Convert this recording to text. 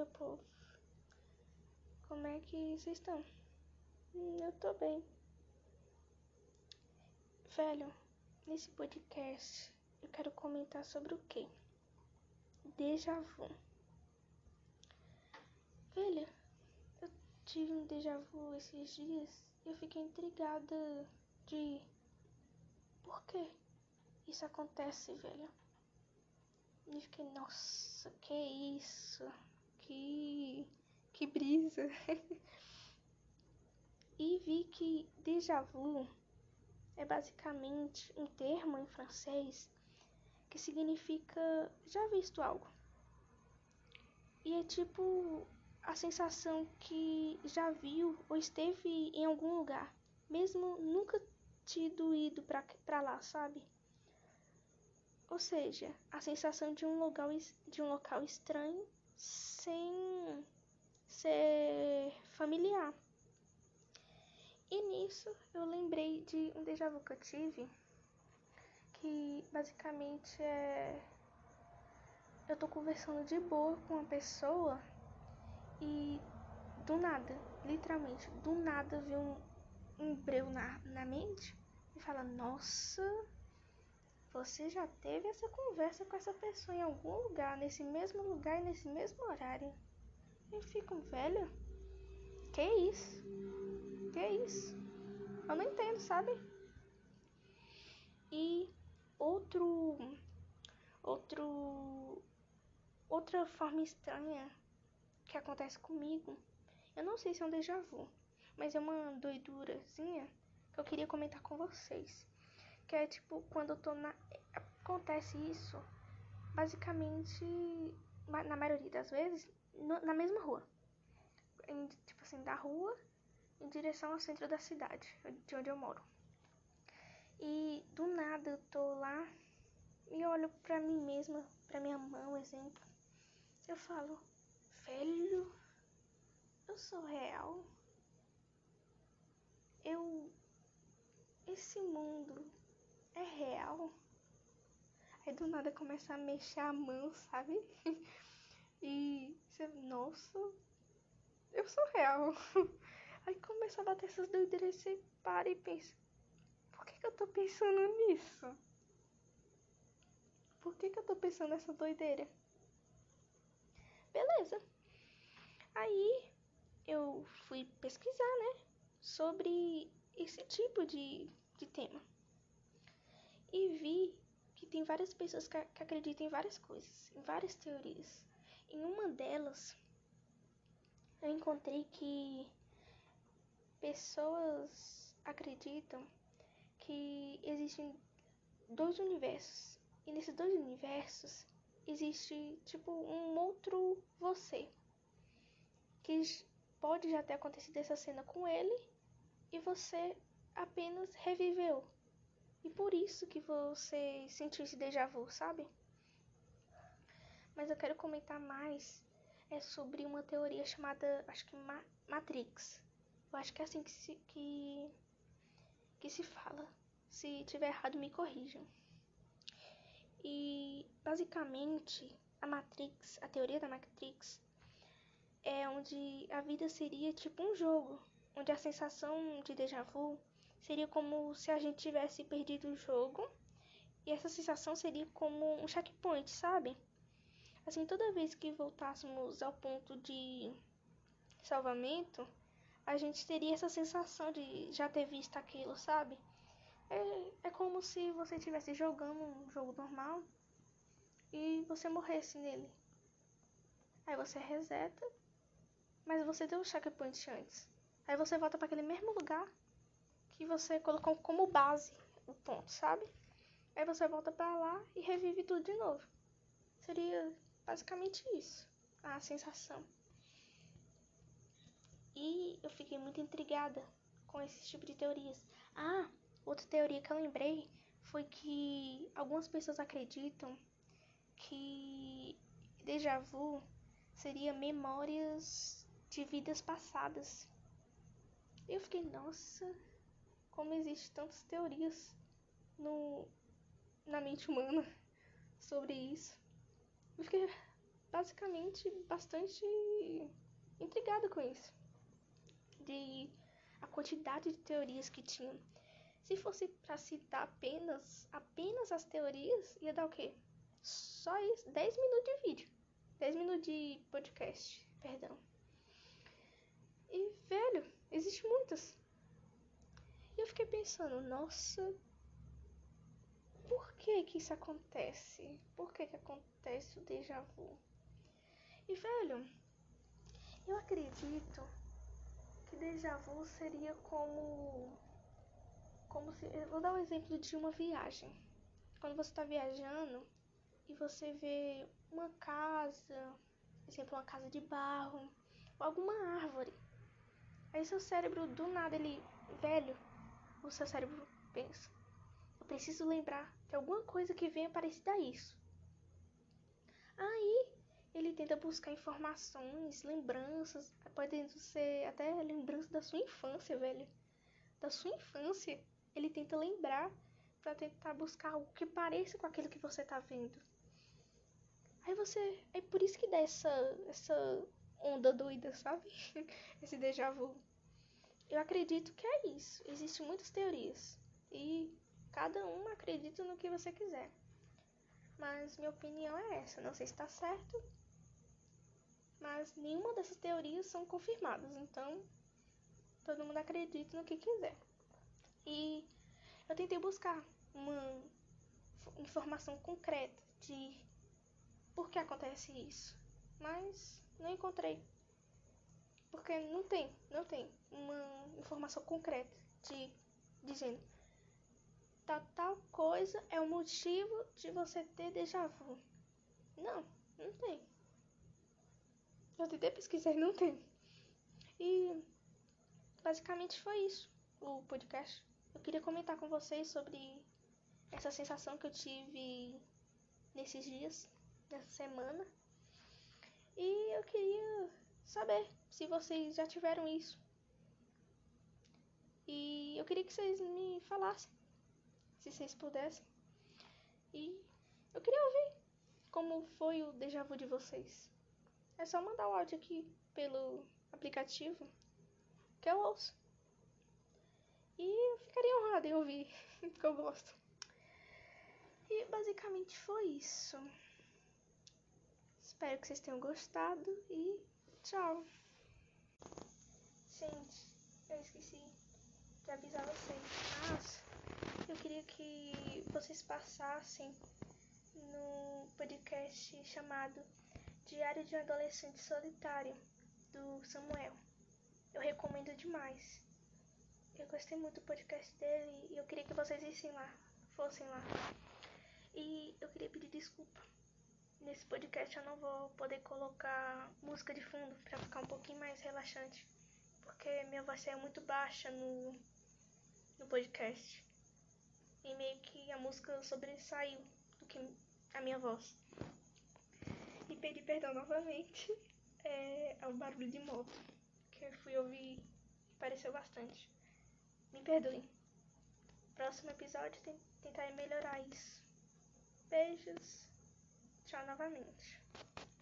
meu povo? Como é que vocês estão? Eu tô bem. Velho, nesse podcast eu quero comentar sobre o quê? Déjà vu. Velho, eu tive um déjà vu esses dias e eu fiquei intrigada de por que isso acontece, velho. E fiquei, nossa, que isso? Que brisa. E vi que déjà vu é basicamente um termo em francês que significa já visto algo. E é tipo a sensação que já viu ou esteve em algum lugar, mesmo nunca tido ido pra lá, sabe? Ou seja, a sensação de um local estranho sem ser familiar. E nisso eu lembrei de um déjà vu que eu tive, que basicamente eu tô conversando de boa com uma pessoa e do nada, literalmente, do nada veio um breu na mente e fala, nossa, você já teve essa conversa com essa pessoa em algum lugar, nesse mesmo lugar e nesse mesmo horário. Eu fico, velho, que isso? Que isso? Eu não entendo, sabe? E outra forma estranha que acontece comigo, eu não sei se é um déjà vu, mas é uma doidurazinha que eu queria comentar com vocês. Que é tipo, quando eu tô acontece isso, basicamente, na maioria das vezes, na mesma rua. Tipo assim, da rua em direção ao centro da cidade, de onde eu moro. E do nada eu tô lá e olho pra mim mesma, pra minha mão, exemplo. Eu falo, velho, eu sou real. Esse mundo é real. Aí do nada começa a mexer a mão, sabe? E você, nossa, eu sou real. Aí começa a bater essas doideiras e você para e pensa, por que eu tô pensando nisso? Por que eu tô pensando nessa doideira? Beleza. Aí eu fui pesquisar, né, sobre esse tipo de tema. E vi que tem várias pessoas que acreditam em várias coisas, em várias teorias. Em uma delas, eu encontrei que pessoas acreditam que existem dois universos. E nesses dois universos existe tipo um outro você. Que pode já ter acontecido essa cena com ele e você apenas reviveu. E por isso que você sentiu esse déjà vu, sabe? Mas eu quero comentar mais sobre uma teoria chamada, acho que Matrix. Eu acho que é assim que se fala. Se tiver errado, me corrijam. E basicamente a teoria da Matrix é onde a vida seria tipo um jogo, onde a sensação de déjà vu seria como se a gente tivesse perdido o jogo e essa sensação seria como um checkpoint, sabe? Assim, toda vez que voltássemos ao ponto de salvamento, a gente teria essa sensação de já ter visto aquilo, sabe? É como se você estivesse jogando um jogo normal e você morresse nele. Aí você reseta, mas você deu o checkpoint antes. Aí você volta para aquele mesmo lugar que você colocou como base o ponto, sabe? Aí você volta para lá e revive tudo de novo. Seria basicamente isso, a sensação. E eu fiquei muito intrigada com esse tipo de teorias. Ah, outra teoria que eu lembrei foi que algumas pessoas acreditam que déjà vu seria memórias de vidas passadas. Eu fiquei, nossa, como existem tantas teorias na mente humana sobre isso. Eu fiquei basicamente bastante intrigada com isso. De a quantidade de teorias que tinham. Se fosse para citar apenas as teorias, ia dar o quê? Só isso, 10 minutos de vídeo. 10 minutos de podcast, perdão. E, velho, existem muitas. E eu fiquei pensando, nossa, por que que isso acontece? Por que que acontece o déjà vu? E, velho, eu acredito que déjà vu seria como se... Eu vou dar um exemplo de uma viagem. Quando você está viajando e você vê uma casa, por exemplo, uma casa de barro, ou alguma árvore. Aí seu cérebro, do nada, velho, o seu cérebro pensa, eu preciso lembrar de alguma coisa que venha parecida a isso. Aí ele tenta buscar informações, lembranças, podendo ser até lembrança da sua infância, velho. Da sua infância. Ele tenta lembrar pra tentar buscar algo que pareça com aquilo que você tá vendo. Aí por isso que dá essa onda doida, sabe? Esse déjà vu. Eu acredito que é isso. Existem muitas teorias. E cada uma acredita no que você quiser. Mas minha opinião é essa. Não sei se está certo. Mas nenhuma dessas teorias são confirmadas. Então, todo mundo acredita no que quiser. E eu tentei buscar uma informação concreta de por que acontece isso. Mas não encontrei. Porque não tem uma informação concreta dizendo tal coisa é o motivo de você ter déjà vu. Não tem. Eu tentei pesquisar e não tem. E basicamente foi isso o podcast. Eu queria comentar com vocês sobre essa sensação que eu tive nesses dias, nessa semana. E eu queria saber se vocês já tiveram isso. E eu queria que vocês me falassem, se vocês pudessem. E eu queria ouvir como foi o déjà vu de vocês. É só mandar o áudio aqui pelo aplicativo que eu ouço. E eu ficaria honrada em ouvir, porque eu gosto. E basicamente foi isso. Espero que vocês tenham gostado e tchau. Gente, eu esqueci de avisar vocês, mas eu queria que vocês passassem no podcast chamado Diário de um Adolescente Solitário, do Samuel. Eu recomendo demais. Eu gostei muito do podcast dele e eu queria que vocês fossem lá. E eu queria pedir desculpa. Nesse podcast eu não vou poder colocar música de fundo pra ficar um pouquinho mais relaxante. Porque minha voz saiu muito baixa no podcast. E meio que a música sobressaiu do que a minha voz. E pedir perdão novamente ao barulho de moto. Que eu fui ouvir e pareceu bastante. Me perdoem. Próximo episódio tentarei melhorar isso. Beijos. Tchau novamente.